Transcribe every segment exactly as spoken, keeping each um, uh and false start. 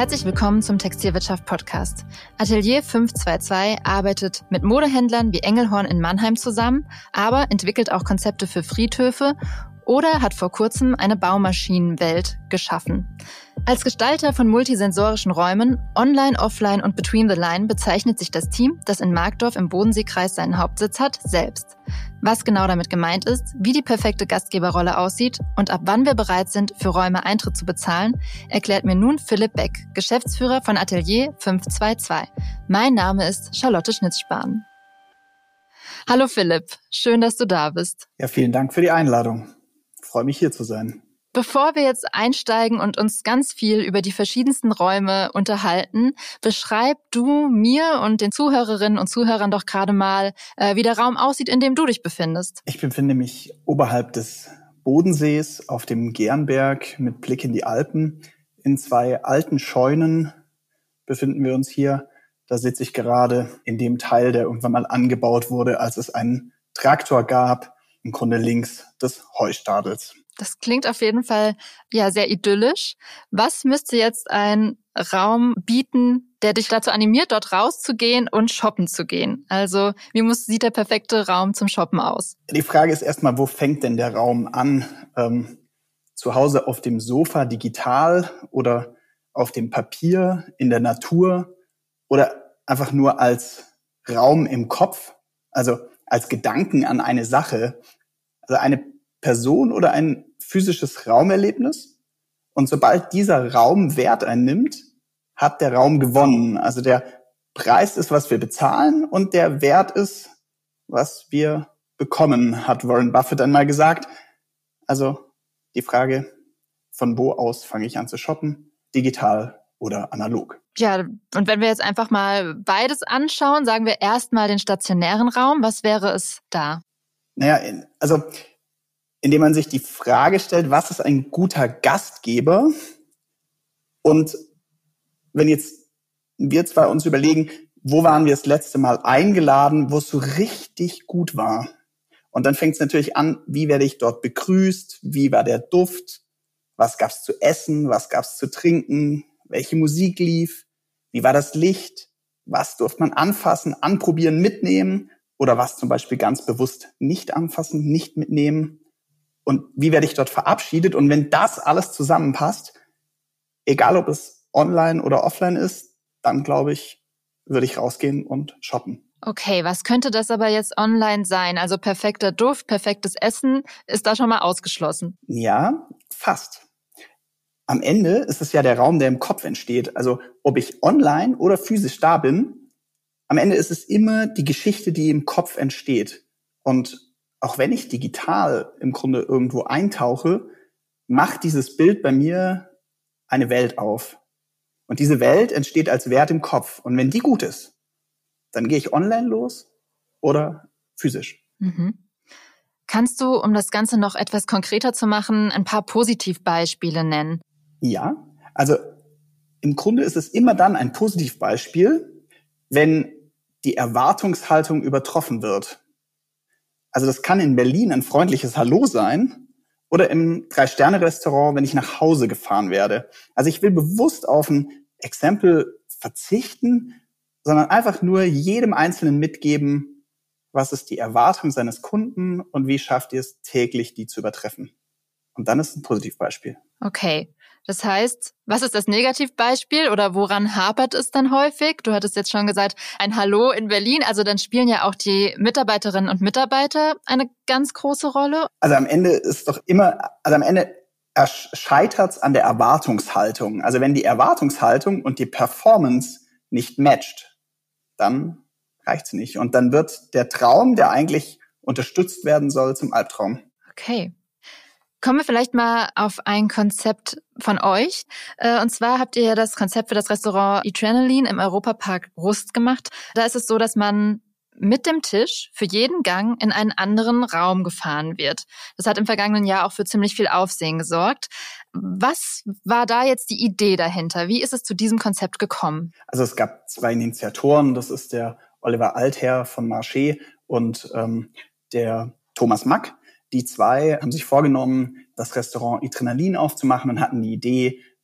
Herzlich willkommen zum Textilwirtschaft-Podcast. Atelier fünf zwei zwei arbeitet mit Modehändlern wie Engelhorn in Mannheim zusammen, aber entwickelt auch Konzepte für Friedhöfe oder hat vor kurzem eine Baumaschinenwelt geschaffen. Als Gestalter von multisensorischen Räumen, online, offline und between the line bezeichnet sich das Team, das in Markdorf im Bodenseekreis seinen Hauptsitz hat, selbst. Was genau damit gemeint ist, wie die perfekte Gastgeberrolle aussieht und ab wann wir bereit sind, für Räume Eintritt zu bezahlen, erklärt mir nun Philipp Beck, Geschäftsführer von Atelier fünf zwei zwei. Mein Name ist Charlotte Schnitzspahn. Hallo Philipp, schön, dass du da bist. Ja, vielen Dank für die Einladung. Ich freue mich, hier zu sein. Bevor wir jetzt einsteigen und uns ganz viel über die verschiedensten Räume unterhalten, beschreib du mir und den Zuhörerinnen und Zuhörern doch gerade mal, äh, wie der Raum aussieht, in dem du dich befindest. Ich befinde mich oberhalb des Bodensees auf dem Gernberg mit Blick in die Alpen. In zwei alten Scheunen befinden wir uns hier. Da sitze ich gerade in dem Teil, der irgendwann mal angebaut wurde, als es einen Traktor gab, im Grunde links des Heustadels. Das klingt auf jeden Fall ja sehr idyllisch. Was müsste jetzt ein Raum bieten, der dich dazu animiert, dort rauszugehen und shoppen zu gehen? Also wie muss sieht der perfekte Raum zum Shoppen aus? Die Frage ist erstmal, wo fängt denn der Raum an? Ähm, zu Hause auf dem Sofa digital oder auf dem Papier, in der Natur oder einfach nur als Raum im Kopf, also als Gedanken an eine Sache, also eine Person oder ein physisches Raumerlebnis. Und sobald dieser Raum Wert einnimmt, hat der Raum gewonnen. Also der Preis ist, was wir bezahlen und der Wert ist, was wir bekommen, hat Warren Buffett einmal gesagt. Also die Frage, von wo aus fange ich an zu shoppen? Digital oder analog? Ja, und wenn wir jetzt einfach mal beides anschauen, sagen wir erstmal den stationären Raum. Was wäre es da? Naja, also indem man sich die Frage stellt, was ist ein guter Gastgeber? Und wenn jetzt wir zwei uns überlegen, wo waren wir das letzte Mal eingeladen, wo es so richtig gut war? Und dann fängt es natürlich an, wie werde ich dort begrüßt? Wie war der Duft? Was gab's zu essen? Was gab's zu trinken? Welche Musik lief? Wie war das Licht? Was durfte man anfassen, anprobieren, mitnehmen? Oder was zum Beispiel ganz bewusst nicht anfassen, nicht mitnehmen? Und wie werde ich dort verabschiedet? Und wenn das alles zusammenpasst, egal ob es online oder offline ist, dann glaube ich, würde ich rausgehen und shoppen. Okay, was könnte das aber jetzt online sein? Also perfekter Duft, perfektes Essen, ist da schon mal ausgeschlossen? Ja, fast. Am Ende ist es ja der Raum, der im Kopf entsteht. Also ob ich online oder physisch da bin, am Ende ist es immer die Geschichte, die im Kopf entsteht. Und auch wenn ich digital im Grunde irgendwo eintauche, macht dieses Bild bei mir eine Welt auf. Und diese Welt entsteht als Wert im Kopf. Und wenn die gut ist, dann gehe ich online los oder physisch. Mhm. Kannst du, um das Ganze noch etwas konkreter zu machen, ein paar Positivbeispiele nennen? Ja, also im Grunde ist es immer dann ein Positivbeispiel, wenn die Erwartungshaltung übertroffen wird. Also das kann in Berlin ein freundliches Hallo sein oder im Drei-Sterne-Restaurant, wenn ich nach Hause gefahren werde. Also ich will bewusst auf ein Exempel verzichten, sondern einfach nur jedem Einzelnen mitgeben, was ist die Erwartung seines Kunden und wie schafft ihr es täglich, die zu übertreffen. Und dann ist es ein Positivbeispiel. Okay. Das heißt, was ist das Negativbeispiel oder woran hapert es dann häufig? Du hattest jetzt schon gesagt, ein Hallo in Berlin. Also dann spielen ja auch die Mitarbeiterinnen und Mitarbeiter eine ganz große Rolle. Also am Ende ist doch immer, also am Ende scheitert es an der Erwartungshaltung. Also wenn die Erwartungshaltung und die Performance nicht matcht, dann reicht's nicht. Und dann wird der Traum, der eigentlich unterstützt werden soll, zum Albtraum. Okay. Kommen wir vielleicht mal auf ein Konzept von euch. Und zwar habt ihr ja das Konzept für das Restaurant Adrenaline im Europapark Rust gemacht. Da ist es so, dass man mit dem Tisch für jeden Gang in einen anderen Raum gefahren wird. Das hat im vergangenen Jahr auch für ziemlich viel Aufsehen gesorgt. Was war da jetzt die Idee dahinter? Wie ist es zu diesem Konzept gekommen? Also es gab zwei Initiatoren. Das ist der Oliver Altherr von Marché und ähm, der Thomas Mack. Die zwei haben sich vorgenommen, das Restaurant Adrenalin aufzumachen und hatten die Idee,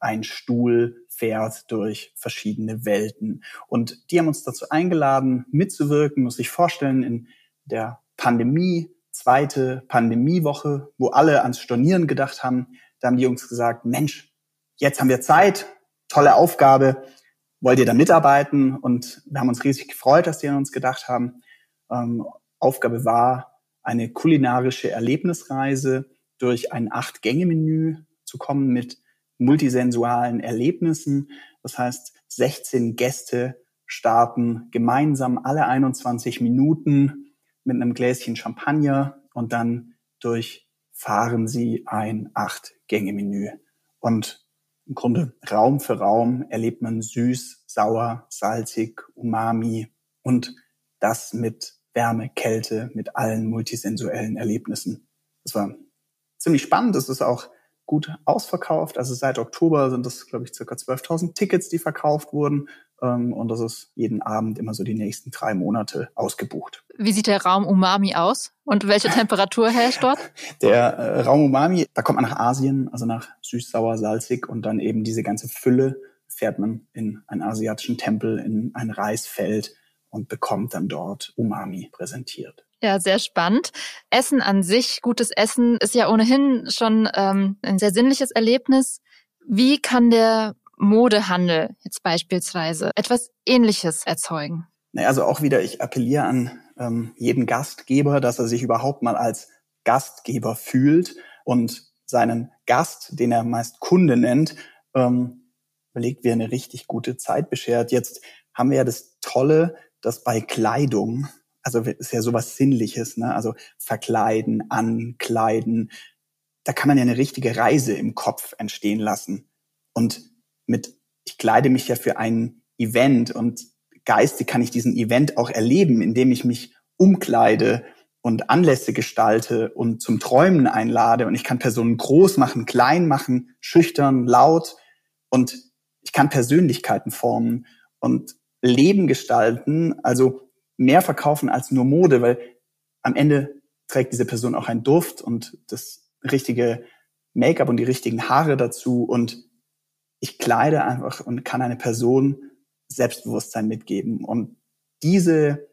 ein Stuhl fährt durch verschiedene Welten. Und die haben uns dazu eingeladen, mitzuwirken. Muss sich vorstellen, in der Pandemie, zweite Pandemiewoche, wo alle ans Stornieren gedacht haben, da haben die Jungs gesagt, Mensch, jetzt haben wir Zeit, tolle Aufgabe, wollt ihr da mitarbeiten? Und wir haben uns riesig gefreut, dass die an uns gedacht haben. Ähm, Aufgabe war, eine kulinarische Erlebnisreise durch ein Acht-Gänge-Menü zu kommen mit multisensualen Erlebnissen. Das heißt, sechzehn Gäste starten gemeinsam alle einundzwanzig Minuten mit einem Gläschen Champagner und dann durchfahren sie ein Acht-Gänge-Menü. Und im Grunde Raum für Raum erlebt man süß, sauer, salzig, umami und das mit Wärme, Kälte, mit allen multisensuellen Erlebnissen. Das war ziemlich spannend. Das ist auch gut ausverkauft. Also seit Oktober sind das, glaube ich, circa zwölftausend Tickets, die verkauft wurden. Und das ist jeden Abend immer so die nächsten drei Monate ausgebucht. Wie sieht der Raum Umami aus? Und welche Temperatur herrscht dort? Der äh, Raum Umami, da kommt man nach Asien, also nach süß, sauer, salzig und dann eben diese ganze Fülle fährt man in einen asiatischen Tempel, in ein Reisfeld und bekommt dann dort Umami präsentiert. Ja, sehr spannend. Essen an sich, gutes Essen, ist ja ohnehin schon ähm, ein sehr sinnliches Erlebnis. Wie kann der Modehandel jetzt beispielsweise etwas Ähnliches erzeugen? Naja, also auch wieder, ich appelliere an ähm, jeden Gastgeber, dass er sich überhaupt mal als Gastgeber fühlt und seinen Gast, den er meist Kunde nennt, ähm, überlegt, wie er eine richtig gute Zeit beschert. Jetzt haben wir ja das Tolle, dass bei Kleidung, also ist ja sowas Sinnliches, ne? Also verkleiden, ankleiden, da kann man ja eine richtige Reise im Kopf entstehen lassen. Und mit, ich kleide mich ja für ein Event und geistig kann ich diesen Event auch erleben, indem ich mich umkleide und Anlässe gestalte und zum Träumen einlade. Und ich kann Personen groß machen, klein machen, schüchtern, laut. Und ich kann Persönlichkeiten formen und Leben gestalten, also mehr verkaufen als nur Mode, weil am Ende trägt diese Person auch einen Duft und das richtige Make-up und die richtigen Haare dazu und ich kleide einfach und kann eine Person Selbstbewusstsein mitgeben. Und diese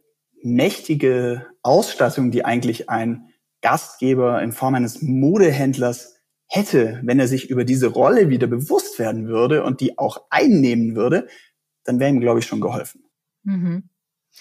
mächtige Ausstattung, die eigentlich ein Gastgeber in Form eines Modehändlers hätte, wenn er sich über diese Rolle wieder bewusst werden würde und die auch einnehmen würde, dann wäre ihm, glaube ich, schon geholfen. Mhm.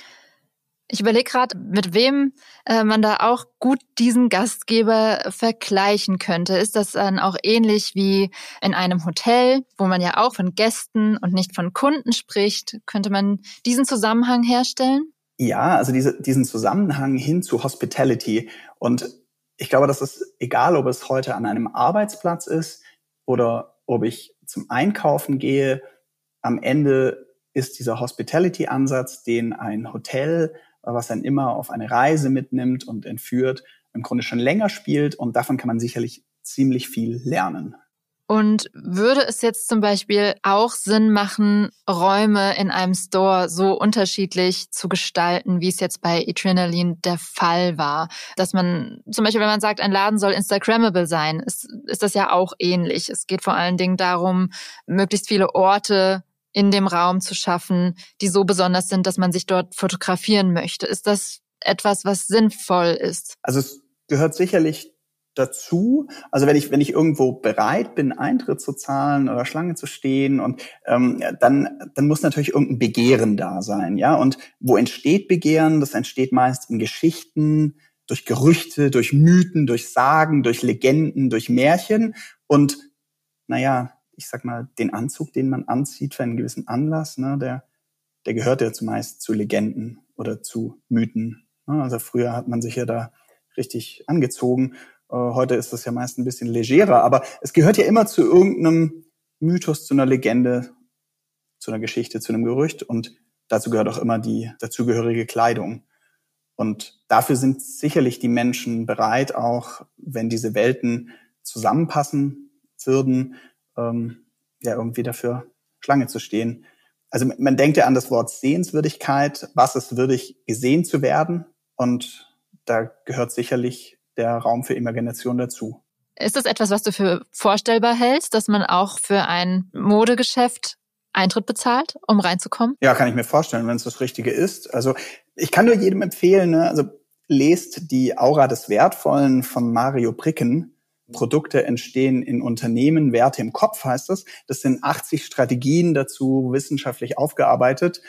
Ich überlege gerade, mit wem äh, man da auch gut diesen Gastgeber vergleichen könnte. Ist das dann auch ähnlich wie in einem Hotel, wo man ja auch von Gästen und nicht von Kunden spricht? Könnte man diesen Zusammenhang herstellen? Ja, also diese, diesen Zusammenhang hin zu Hospitality. Und ich glaube, das ist egal, ob es heute an einem Arbeitsplatz ist oder ob ich zum Einkaufen gehe. Am Ende ist dieser Hospitality-Ansatz, den ein Hotel, was dann immer auf eine Reise mitnimmt und entführt, im Grunde schon länger spielt. Und davon kann man sicherlich ziemlich viel lernen. Und würde es jetzt zum Beispiel auch Sinn machen, Räume in einem Store so unterschiedlich zu gestalten, wie es jetzt bei Adrenaline der Fall war? Dass man zum Beispiel, wenn man sagt, ein Laden soll Instagrammable sein, ist, ist das ja auch ähnlich. Es geht vor allen Dingen darum, möglichst viele Orte in dem Raum zu schaffen, die so besonders sind, dass man sich dort fotografieren möchte. Ist das etwas, was sinnvoll ist? Also es gehört sicherlich dazu. Also wenn ich wenn ich irgendwo bereit bin, Eintritt zu zahlen oder Schlange zu stehen und ähm, dann dann muss natürlich irgendein Begehren da sein, ja. Und wo entsteht Begehren? Das entsteht meist in Geschichten, durch Gerüchte, durch Mythen, durch Sagen, durch Legenden, durch Märchen und naja, ich sag mal, den Anzug, den man anzieht für einen gewissen Anlass, ne, der der gehört ja zumeist zu Legenden oder zu Mythen. Also früher hat man sich ja da richtig angezogen. Heute ist das ja meist ein bisschen legerer, aber es gehört ja immer zu irgendeinem Mythos, zu einer Legende, zu einer Geschichte, zu einem Gerücht und dazu gehört auch immer die dazugehörige Kleidung. Und dafür sind sicherlich die Menschen bereit, auch wenn diese Welten zusammenpassen würden, ähm, ja irgendwie dafür Schlange zu stehen. Also man denkt ja an das Wort Sehenswürdigkeit, was ist würdig, gesehen zu werden und da gehört sicherlich der Raum für Imagination dazu. Ist das etwas, was du für vorstellbar hältst, dass man auch für ein Modegeschäft Eintritt bezahlt, um reinzukommen? Ja, kann ich mir vorstellen, wenn es das Richtige ist. Also ich kann nur jedem empfehlen, ne, also lest die Aura des Wertvollen von Mario Bricken. Produkte entstehen in Unternehmen, Werte im Kopf heißt das. Das sind achtzig Strategien dazu, wissenschaftlich aufgearbeitet.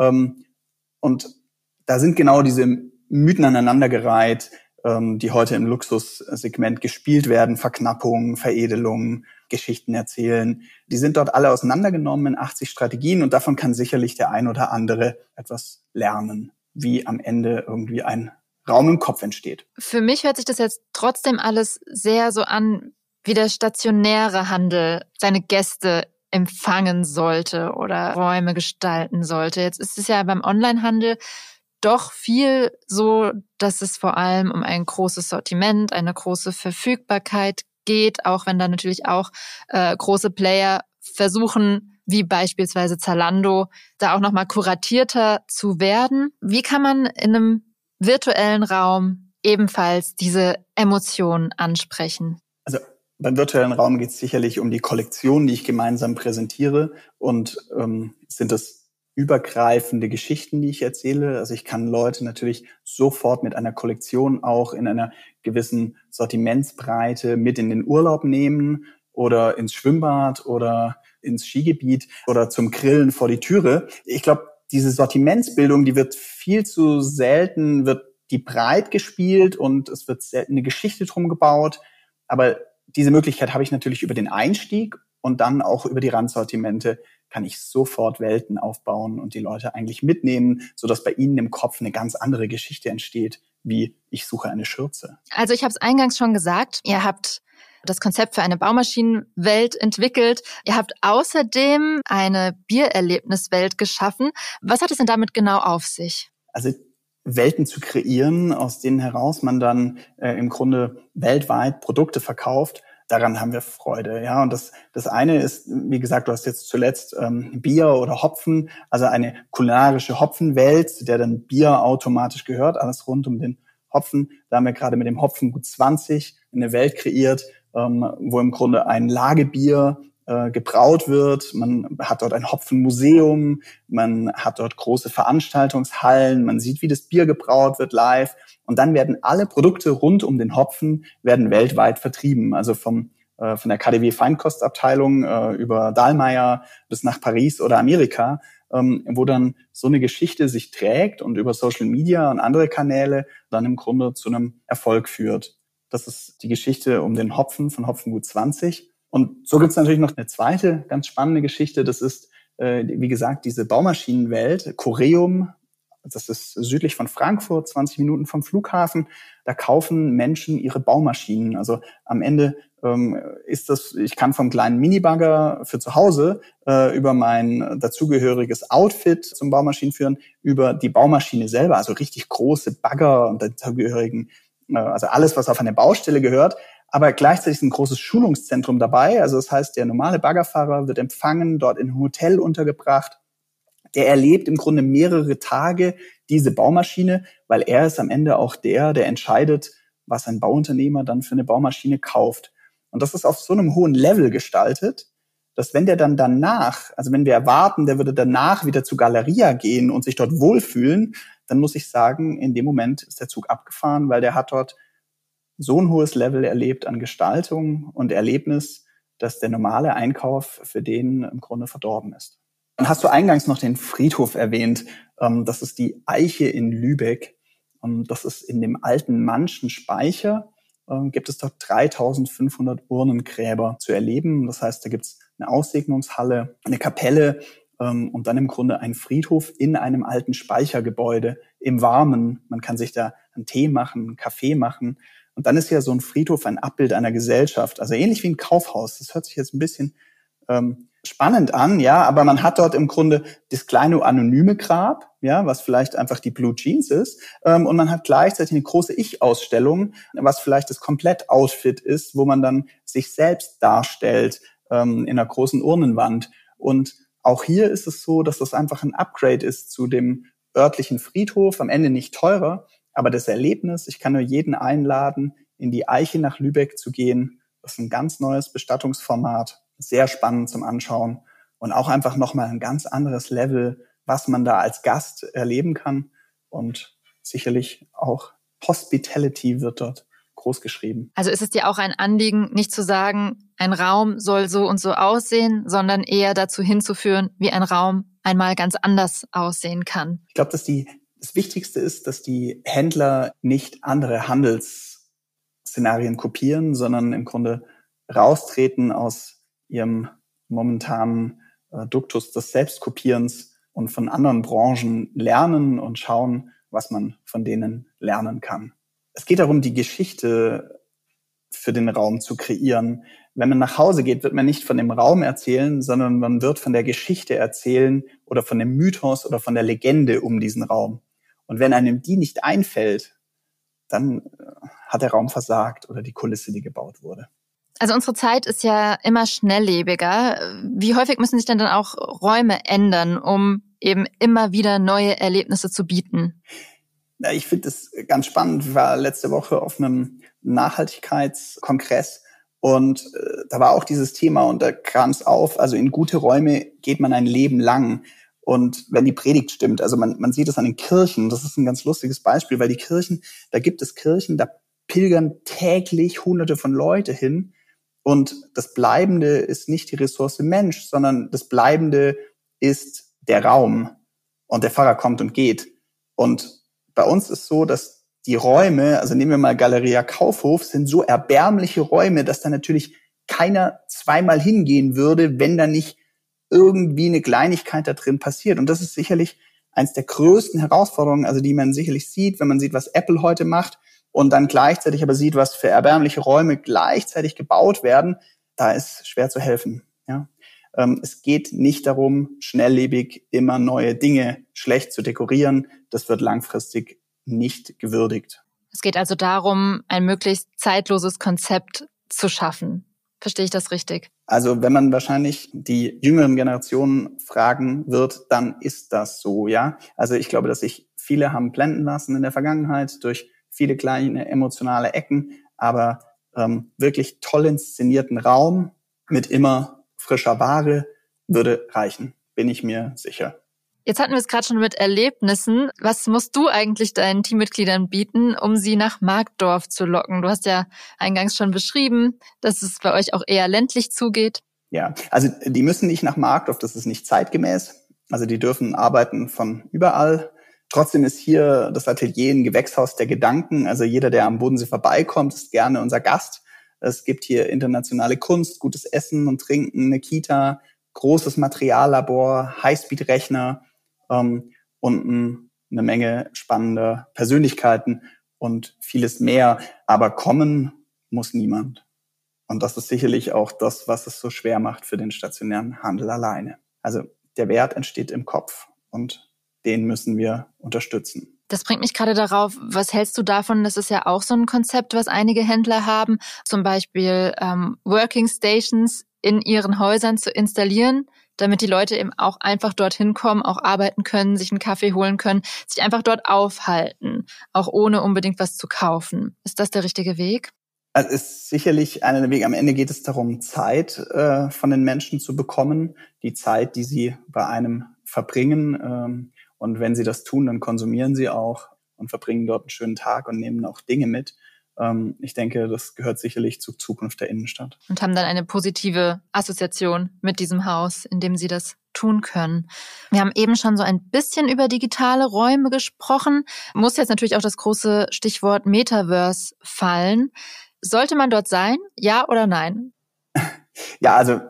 Und da sind genau diese Mythen aneinandergereiht, die heute im Luxussegment gespielt werden. Verknappung, Veredelung, Geschichten erzählen. Die sind dort alle auseinandergenommen in achtzig Strategien und davon kann sicherlich der ein oder andere etwas lernen, wie am Ende irgendwie ein Raum im Kopf entsteht. Für mich hört sich das jetzt trotzdem alles sehr so an, wie der stationäre Handel seine Gäste empfangen sollte oder Räume gestalten sollte. Jetzt ist es ja beim Onlinehandel doch viel so, dass es vor allem um ein großes Sortiment, eine große Verfügbarkeit geht, auch wenn da natürlich auch äh, große Player versuchen, wie beispielsweise Zalando, da auch nochmal kuratierter zu werden. Wie kann man in einem virtuellen Raum ebenfalls diese Emotionen ansprechen? Also beim virtuellen Raum geht es sicherlich um die Kollektion, die ich gemeinsam präsentiere. Und ähm, sind das übergreifende Geschichten, die ich erzähle. Also ich kann Leute natürlich sofort mit einer Kollektion auch in einer gewissen Sortimentsbreite mit in den Urlaub nehmen oder ins Schwimmbad oder ins Skigebiet oder zum Grillen vor die Türe. Ich glaube, diese Sortimentsbildung, die wird viel zu selten, wird die breit gespielt und es wird selten eine Geschichte drum gebaut. Aber diese Möglichkeit habe ich natürlich über den Einstieg und dann auch über die Randsortimente kann ich sofort Welten aufbauen und die Leute eigentlich mitnehmen, sodass bei ihnen im Kopf eine ganz andere Geschichte entsteht, wie ich suche eine Schürze. Also ich habe es eingangs schon gesagt, ihr habt das Konzept für eine Baumaschinenwelt entwickelt. Ihr habt außerdem eine Biererlebniswelt geschaffen. Was hat es denn damit genau auf sich? Also Welten zu kreieren, aus denen heraus man dann äh, im Grunde weltweit Produkte verkauft, daran haben wir Freude. Ja, und das das eine ist, wie gesagt, du hast jetzt zuletzt ähm, Bier oder Hopfen, also eine kulinarische Hopfenwelt, zu der dann Bier automatisch gehört, alles rund um den Hopfen. Da haben wir gerade mit dem Hopfengut zwanzig eine Welt kreiert, ähm, wo im Grunde ein Lagebier äh, gebraut wird. Man hat dort ein Hopfenmuseum, man hat dort große Veranstaltungshallen, man sieht, wie das Bier gebraut wird live. Und dann werden alle Produkte rund um den Hopfen werden weltweit vertrieben. Also vom äh, von der K D W Feinkostabteilung äh, über Dahlmeier bis nach Paris oder Amerika, ähm, wo dann so eine Geschichte sich trägt und über Social Media und andere Kanäle dann im Grunde zu einem Erfolg führt. Das ist die Geschichte um den Hopfen von Hopfengut zwanzig. Und so gibt es natürlich noch eine zweite ganz spannende Geschichte. Das ist, äh, wie gesagt, diese Baumaschinenwelt, Coreum. Das ist südlich von Frankfurt, zwanzig Minuten vom Flughafen. Da kaufen Menschen ihre Baumaschinen. Also am Ende ähm, ist das, ich kann vom kleinen Minibagger für zu Hause äh, über mein dazugehöriges Outfit zum Baumaschinenführen, über die Baumaschine selber, also richtig große Bagger und dazugehörigen, äh, also alles, was auf eine Baustelle gehört. Aber gleichzeitig ist ein großes Schulungszentrum dabei. Also das heißt, der normale Baggerfahrer wird empfangen, dort in einem Hotel untergebracht. Der erlebt im Grunde mehrere Tage diese Baumaschine, weil er ist am Ende auch der, der entscheidet, was ein Bauunternehmer dann für eine Baumaschine kauft. Und das ist auf so einem hohen Level gestaltet, dass wenn der dann danach, also wenn wir erwarten, der würde danach wieder zu Galeria gehen und sich dort wohlfühlen, dann muss ich sagen, in dem Moment ist der Zug abgefahren, weil der hat dort so ein hohes Level erlebt an Gestaltung und Erlebnis, dass der normale Einkauf für den im Grunde verdorben ist. Dann hast du eingangs noch den Friedhof erwähnt. Das ist die Eiche in Lübeck. Das ist in dem alten Mannschen Speicher. Gibt es dort dreitausendfünfhundert Urnengräber zu erleben. Das heißt, da gibt es eine Aussegnungshalle, eine Kapelle und dann im Grunde ein Friedhof in einem alten Speichergebäude im Warmen. Man kann sich da einen Tee machen, einen Kaffee machen. Und dann ist ja so ein Friedhof ein Abbild einer Gesellschaft. Also ähnlich wie ein Kaufhaus. Das hört sich jetzt ein bisschen ähm, spannend an, ja, aber man hat dort im Grunde das kleine anonyme Grab, ja, was vielleicht einfach die Blue Jeans ist, ähm, und man hat gleichzeitig eine große Ich-Ausstellung, was vielleicht das Komplett-Outfit ist, wo man dann sich selbst darstellt ähm, in einer großen Urnenwand. Und auch hier ist es so, dass das einfach ein Upgrade ist zu dem örtlichen Friedhof, am Ende nicht teurer, aber das Erlebnis, ich kann nur jeden einladen, in die Eiche nach Lübeck zu gehen Das ist ein ganz neues Bestattungsformat, sehr spannend zum Anschauen und auch einfach nochmal ein ganz anderes Level, was man da als Gast erleben kann. Und sicherlich auch Hospitality wird dort groß geschrieben. Also ist es dir auch ein Anliegen, nicht zu sagen, ein Raum soll so und so aussehen, sondern eher dazu hinzuführen, wie ein Raum einmal ganz anders aussehen kann? Ich glaube, dass die, das Wichtigste ist, dass die Händler nicht andere Handelsszenarien kopieren, sondern im Grunde raustreten aus ihrem momentanen äh, Duktus des Selbstkopierens und von anderen Branchen lernen und schauen, was man von denen lernen kann. Es geht darum, die Geschichte für den Raum zu kreieren. Wenn man nach Hause geht, wird man nicht von dem Raum erzählen, sondern man wird von der Geschichte erzählen oder von dem Mythos oder von der Legende um diesen Raum. Und wenn einem die nicht einfällt, dann hat der Raum versagt oder die Kulisse, die gebaut wurde. Also unsere Zeit ist ja immer schnelllebiger. Wie häufig müssen sich denn dann auch Räume ändern, um eben immer wieder neue Erlebnisse zu bieten? Ja, ich finde das ganz spannend. Ich war letzte Woche auf einem Nachhaltigkeitskongress und äh, da war auch dieses Thema und da kam es auf, also in gute Räume geht man ein Leben lang. Und wenn die Predigt stimmt, also man, man sieht es an den Kirchen, das ist ein ganz lustiges Beispiel, weil die Kirchen, da gibt es Kirchen, da pilgern täglich Hunderte von Leute hin. Und das Bleibende ist nicht die Ressource Mensch, sondern das Bleibende ist der Raum. Und der Pfarrer kommt und geht. Und bei uns ist so, dass die Räume, also nehmen wir mal Galeria Kaufhof, sind so erbärmliche Räume, dass da natürlich keiner zweimal hingehen würde, wenn da nicht irgendwie eine Kleinigkeit da drin passiert. Und das ist sicherlich eins der größten Herausforderungen, also die man sicherlich sieht, wenn man sieht, was Apple heute macht und dann gleichzeitig aber sieht, was für erbärmliche Räume gleichzeitig gebaut werden. Da ist schwer zu helfen. Ja. Ähm, es geht nicht darum, schnelllebig immer neue Dinge schlecht zu dekorieren. Das wird langfristig nicht gewürdigt. Es geht also darum, ein möglichst zeitloses Konzept zu schaffen. Verstehe ich das richtig? Also wenn man wahrscheinlich die jüngeren Generationen fragen wird, dann ist das so, ja. Also ich glaube, dass sich viele haben blenden lassen in der Vergangenheit durch viele kleine emotionale Ecken, aber ähm, wirklich toll inszenierten Raum mit immer frischer Ware würde reichen, bin ich mir sicher. Jetzt hatten wir es gerade schon mit Erlebnissen. Was musst du eigentlich deinen Teammitgliedern bieten, um sie nach Marktdorf zu locken? Du hast ja eingangs schon beschrieben, dass es bei euch auch eher ländlich zugeht. Ja, also die müssen nicht nach Marktdorf, das ist nicht zeitgemäß. Also die dürfen arbeiten von überall. Trotzdem ist hier das Atelier ein Gewächshaus der Gedanken. Also jeder, der am Bodensee vorbeikommt, ist gerne unser Gast. Es gibt hier internationale Kunst, gutes Essen und Trinken, eine Kita, großes Materiallabor, Highspeed-Rechner ähm, und ein, eine Menge spannender Persönlichkeiten und vieles mehr. Aber kommen muss niemand. Und das ist sicherlich auch das, was es so schwer macht für den stationären Handel alleine. Also der Wert entsteht im Kopf und den müssen wir unterstützen. Das bringt mich gerade darauf, was hältst du davon? Das ist ja auch so ein Konzept, was einige Händler haben, zum Beispiel ähm, Working Stations in ihren Häusern zu installieren, damit die Leute eben auch einfach dorthin kommen, auch arbeiten können, sich einen Kaffee holen können, sich einfach dort aufhalten, auch ohne unbedingt was zu kaufen. Ist das der richtige Weg? Also ist sicherlich einer der Wege. Am Ende geht es darum, Zeit äh, von den Menschen zu bekommen, die Zeit, die sie bei einem verbringen. Ähm, und wenn sie das tun, dann konsumieren sie auch und verbringen dort einen schönen Tag und nehmen auch Dinge mit. Ähm, ich denke, das gehört sicherlich zur Zukunft der Innenstadt. Und haben dann eine positive Assoziation mit diesem Haus, in dem sie das tun können. Wir haben eben schon so ein bisschen über digitale Räume gesprochen. Muss jetzt natürlich auch das große Stichwort Metaverse fallen. Sollte man dort sein? Ja oder nein? Ja, also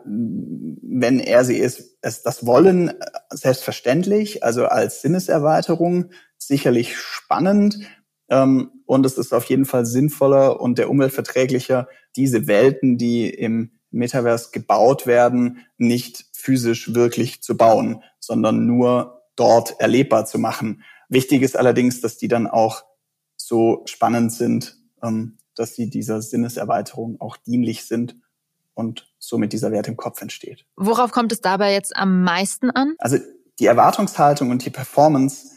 wenn er sie ist, ist das Wollen selbstverständlich, also als Sinneserweiterung sicherlich spannend. Ähm, und es ist auf jeden Fall sinnvoller und der umweltverträglicher, diese Welten, die im Metaverse gebaut werden, nicht physisch wirklich zu bauen, sondern nur dort erlebbar zu machen. Wichtig ist allerdings, dass die dann auch so spannend sind, ähm, dass sie dieser Sinneserweiterung auch dienlich sind und somit dieser Wert im Kopf entsteht. Worauf kommt es dabei jetzt am meisten an? Also die Erwartungshaltung und die Performance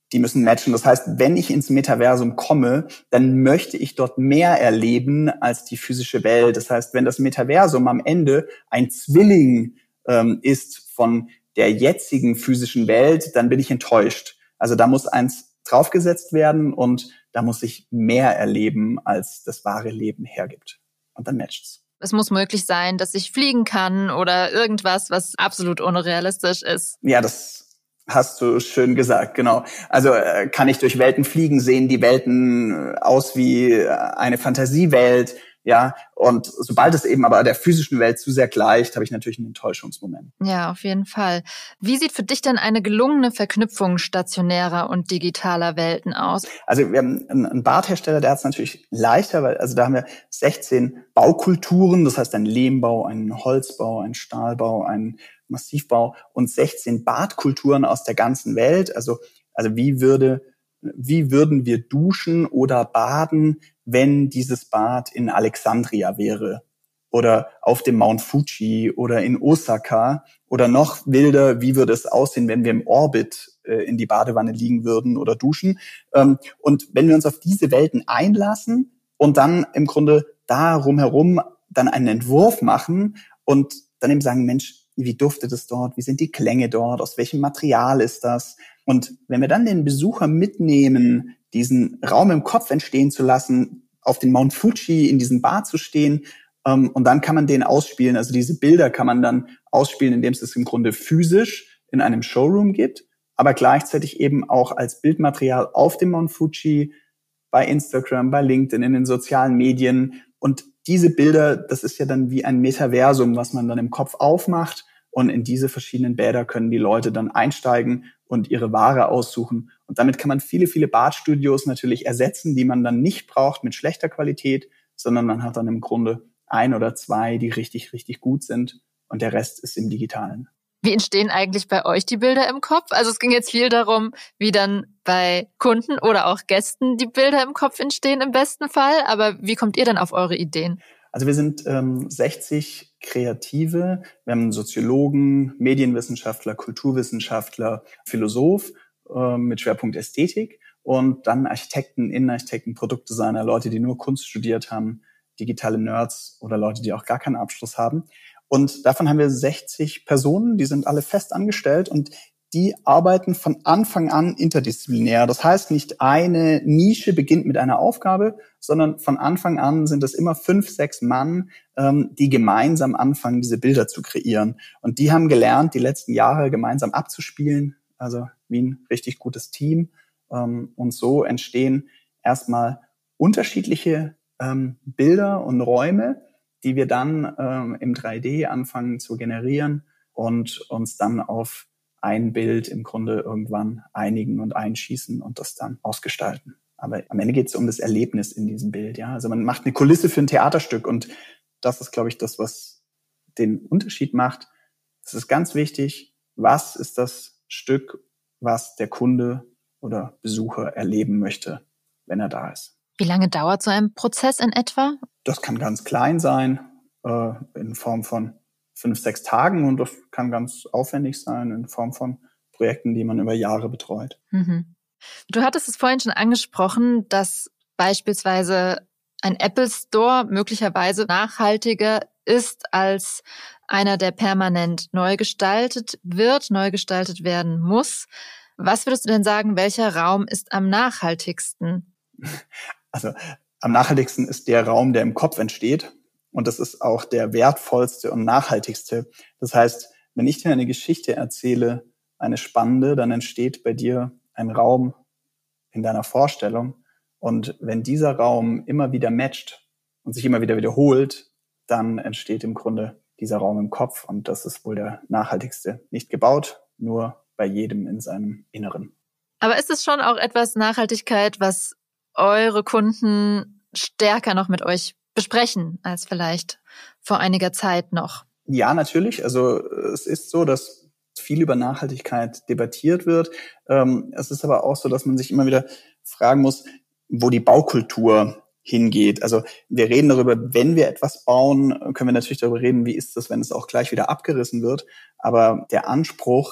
die müssen matchen. Das heißt, wenn ich ins Metaversum komme, dann möchte ich dort mehr erleben als die physische Welt. Das heißt, wenn das Metaversum am Ende ein Zwilling ähm, ist von der jetzigen physischen Welt, dann bin ich enttäuscht. Also da muss eins draufgesetzt werden und da muss ich mehr erleben, als das wahre Leben hergibt. Und dann matcht's. Es muss möglich sein, dass ich fliegen kann oder irgendwas, was absolut unrealistisch ist. Ja, das hast du schön gesagt, genau. Also äh, kann ich durch Welten fliegen, sehen die Welten aus wie eine Fantasiewelt, ja. Und sobald es eben aber der physischen Welt zu sehr gleicht, habe ich natürlich einen Enttäuschungsmoment. Ja, auf jeden Fall. Wie sieht für dich denn eine gelungene Verknüpfung stationärer und digitaler Welten aus? Also wir haben einen Badhersteller, der hat es natürlich leichter, weil also da haben wir sechzehn Baukulturen, das heißt ein Lehmbau, ein Holzbau, ein Stahlbau, ein Massivbau und sechzehn Badkulturen aus der ganzen Welt. Also also wie würde wie würden wir duschen oder baden, wenn dieses Bad in Alexandria wäre oder auf dem Mount Fuji oder in Osaka oder noch wilder, wie würde es aussehen, wenn wir im Orbit äh, in die Badewanne liegen würden oder duschen. Ähm, und wenn wir uns auf diese Welten einlassen und dann im Grunde darum herum dann einen Entwurf machen und dann eben sagen, Mensch, wie duftet es dort, wie sind die Klänge dort, aus welchem Material ist das? Und wenn wir dann den Besucher mitnehmen, diesen Raum im Kopf entstehen zu lassen, auf den Mount Fuji in diesem Bad zu stehen, ähm, und dann kann man den ausspielen, also diese Bilder kann man dann ausspielen, indem es es im Grunde physisch in einem Showroom gibt, aber gleichzeitig eben auch als Bildmaterial auf dem Mount Fuji, bei Instagram, bei LinkedIn, in den sozialen Medien. Und diese Bilder, das ist ja dann wie ein Metaversum, was man dann im Kopf aufmacht. Und in diese verschiedenen Bäder können die Leute dann einsteigen und ihre Ware aussuchen. Und damit kann man viele, viele Badstudios natürlich ersetzen, die man dann nicht braucht mit schlechter Qualität, sondern man hat dann im Grunde ein oder zwei, die richtig, richtig gut sind. Und der Rest ist im Digitalen. Wie entstehen eigentlich bei euch die Bilder im Kopf? Also es ging jetzt viel darum, wie dann bei Kunden oder auch Gästen die Bilder im Kopf entstehen im besten Fall. Aber wie kommt ihr dann auf eure Ideen? Also wir sind ähm, sechzig Kreative. Wir haben einen Soziologen, Medienwissenschaftler, Kulturwissenschaftler, Philosoph äh, mit Schwerpunkt Ästhetik und dann Architekten, Innenarchitekten, Produktdesigner, Leute, die nur Kunst studiert haben, digitale Nerds oder Leute, die auch gar keinen Abschluss haben. Und davon haben wir sechzig Personen, die sind alle fest angestellt und die arbeiten von Anfang an interdisziplinär. Das heißt, nicht eine Nische beginnt mit einer Aufgabe, sondern von Anfang an sind es immer fünf, sechs Mann, ähm, die gemeinsam anfangen, diese Bilder zu kreieren. Und die haben gelernt, die letzten Jahre gemeinsam abzuspielen, also wie ein richtig gutes Team. Ähm, und so entstehen erstmal unterschiedliche ähm, Bilder und Räume, die wir dann ähm, im drei D anfangen zu generieren und uns dann auf ein Bild im Grunde irgendwann einigen und einschießen und das dann ausgestalten. Aber am Ende geht es um das Erlebnis in diesem Bild. Ja, also man macht eine Kulisse für ein Theaterstück und das ist, glaube ich, das, was den Unterschied macht. Es ist ganz wichtig, was ist das Stück, was der Kunde oder Besucher erleben möchte, wenn er da ist. Wie lange dauert so ein Prozess in etwa? Das kann ganz klein sein, äh, in Form von fünf, sechs Tagen und das kann ganz aufwendig sein in Form von Projekten, die man über Jahre betreut. Mhm. Du hattest es vorhin schon angesprochen, dass beispielsweise ein Apple Store möglicherweise nachhaltiger ist als einer, der permanent neu gestaltet wird, neu gestaltet werden muss. Was würdest du denn sagen, welcher Raum ist am nachhaltigsten? Also am nachhaltigsten ist der Raum, der im Kopf entsteht. Und das ist auch der wertvollste und nachhaltigste. Das heißt, wenn ich dir eine Geschichte erzähle, eine spannende, dann entsteht bei dir ein Raum in deiner Vorstellung. Und wenn dieser Raum immer wieder matcht und sich immer wieder wiederholt, dann entsteht im Grunde dieser Raum im Kopf. Und das ist wohl der nachhaltigste. Nicht gebaut, nur bei jedem in seinem Inneren. Aber ist es schon auch etwas Nachhaltigkeit, was eure Kunden stärker noch mit euch besprechen als vielleicht vor einiger Zeit noch? Ja, natürlich. Also es ist so, dass viel über Nachhaltigkeit debattiert wird. Ähm, es ist aber auch so, dass man sich immer wieder fragen muss, wo die Baukultur hingeht. Also wir reden darüber, wenn wir etwas bauen, können wir natürlich darüber reden, wie ist das, wenn es auch gleich wieder abgerissen wird. Aber der Anspruch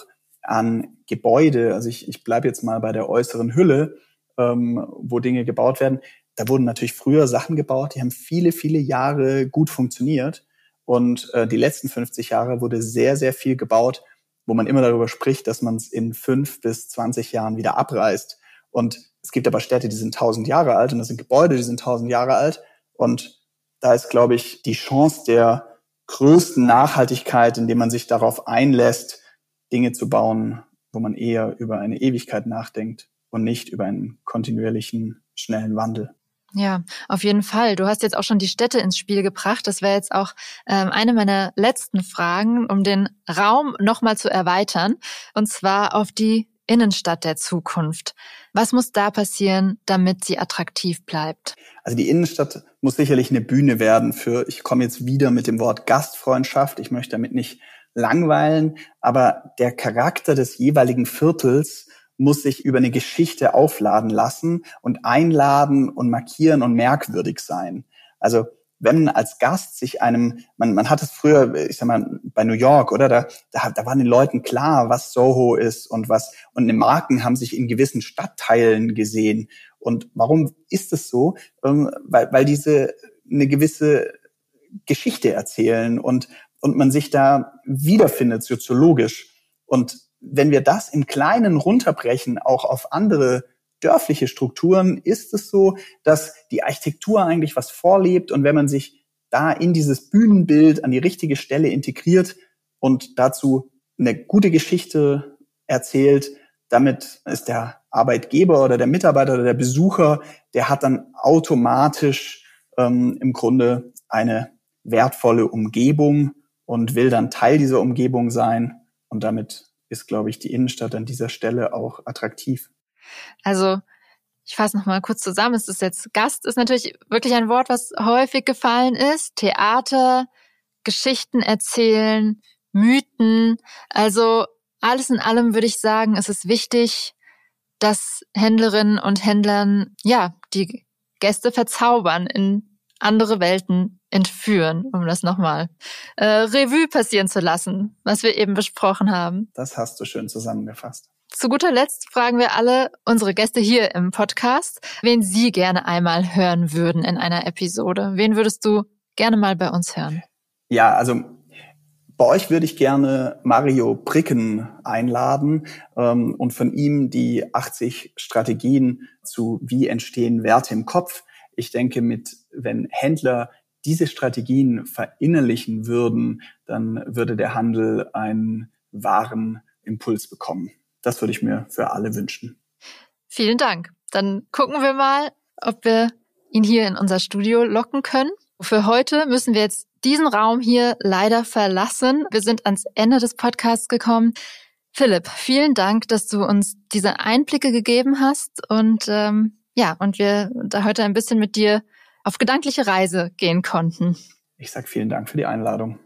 an Gebäude, also ich, ich bleibe jetzt mal bei der äußeren Hülle, ähm, wo Dinge gebaut werden, da wurden natürlich früher Sachen gebaut, die haben viele, viele Jahre gut funktioniert. Und äh, die letzten fünfzig Jahre wurde sehr, sehr viel gebaut, wo man immer darüber spricht, dass man es in fünf bis zwanzig Jahren wieder abreißt. Und es gibt aber Städte, die sind tausend Jahre alt und das sind Gebäude, die sind tausend Jahre alt. Und da ist, glaube ich, die Chance der größten Nachhaltigkeit, indem man sich darauf einlässt, Dinge zu bauen, wo man eher über eine Ewigkeit nachdenkt und nicht über einen kontinuierlichen, schnellen Wandel. Ja, auf jeden Fall. Du hast jetzt auch schon die Städte ins Spiel gebracht. Das wäre jetzt auch ähm, eine meiner letzten Fragen, um den Raum nochmal zu erweitern, und zwar auf die Innenstadt der Zukunft. Was muss da passieren, damit sie attraktiv bleibt? Also die Innenstadt muss sicherlich eine Bühne werden für, ich komme jetzt wieder mit dem Wort Gastfreundschaft, ich möchte damit nicht langweilen, aber der Charakter des jeweiligen Viertels muss sich über eine Geschichte aufladen lassen und einladen und markieren und merkwürdig sein. Also wenn man als Gast sich einem, man, man hat es früher, ich sag mal, bei New York, oder? Da, da, da waren den Leuten klar, was Soho ist und was, und die Marken haben sich in gewissen Stadtteilen gesehen. Und warum ist es so? Ähm, weil, weil diese eine gewisse Geschichte erzählen und, und man sich da wiederfindet, soziologisch. Und wenn wir das im Kleinen runterbrechen, auch auf andere dörfliche Strukturen, ist es so, dass die Architektur eigentlich was vorlebt. Und wenn man sich da in dieses Bühnenbild an die richtige Stelle integriert und dazu eine gute Geschichte erzählt, damit ist der Arbeitgeber oder der Mitarbeiter oder der Besucher, der hat dann automatisch ähm, im Grunde eine wertvolle Umgebung und will dann Teil dieser Umgebung sein. Und damit ist, glaube ich, die Innenstadt an dieser Stelle auch attraktiv. Also ich fasse noch mal kurz zusammen. Es ist jetzt, Gast ist natürlich wirklich ein Wort, was häufig gefallen ist. Theater, Geschichten erzählen, Mythen. Also alles in allem würde ich sagen, es ist wichtig, dass Händlerinnen und Händlern ja die Gäste verzaubern, in andere Welten entführen, um das nochmal äh, Revue passieren zu lassen, was wir eben besprochen haben. Das hast du schön zusammengefasst. Zu guter Letzt fragen wir alle unsere Gäste hier im Podcast, wen sie gerne einmal hören würden in einer Episode. Wen würdest du gerne mal bei uns hören? Ja, also bei euch würde ich gerne Mario Pricken einladen ähm, und von ihm die achtzig Strategien zu wie entstehen Werte im Kopf. Ich denke, mit wenn Händler diese Strategien verinnerlichen würden, dann würde der Handel einen wahren Impuls bekommen. Das würde ich mir für alle wünschen. Vielen Dank. Dann gucken wir mal, ob wir ihn hier in unser Studio locken können. Für heute müssen wir jetzt diesen Raum hier leider verlassen. Wir sind ans Ende des Podcasts gekommen. Philipp, vielen Dank, dass du uns diese Einblicke gegeben hast und ähm, ja, und wir da heute ein bisschen mit dir auf gedankliche Reise gehen konnten. Ich sage vielen Dank für die Einladung.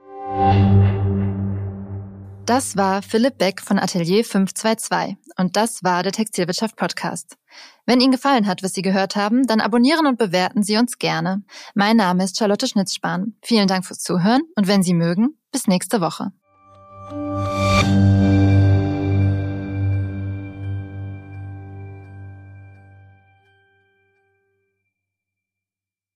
Das war Philipp Beck von Atelier fünf zwei zwei und das war der Textilwirtschaft Podcast. Wenn Ihnen gefallen hat, was Sie gehört haben, dann abonnieren und bewerten Sie uns gerne. Mein Name ist Charlotte Schnitzspahn. Vielen Dank fürs Zuhören und wenn Sie mögen, bis nächste Woche.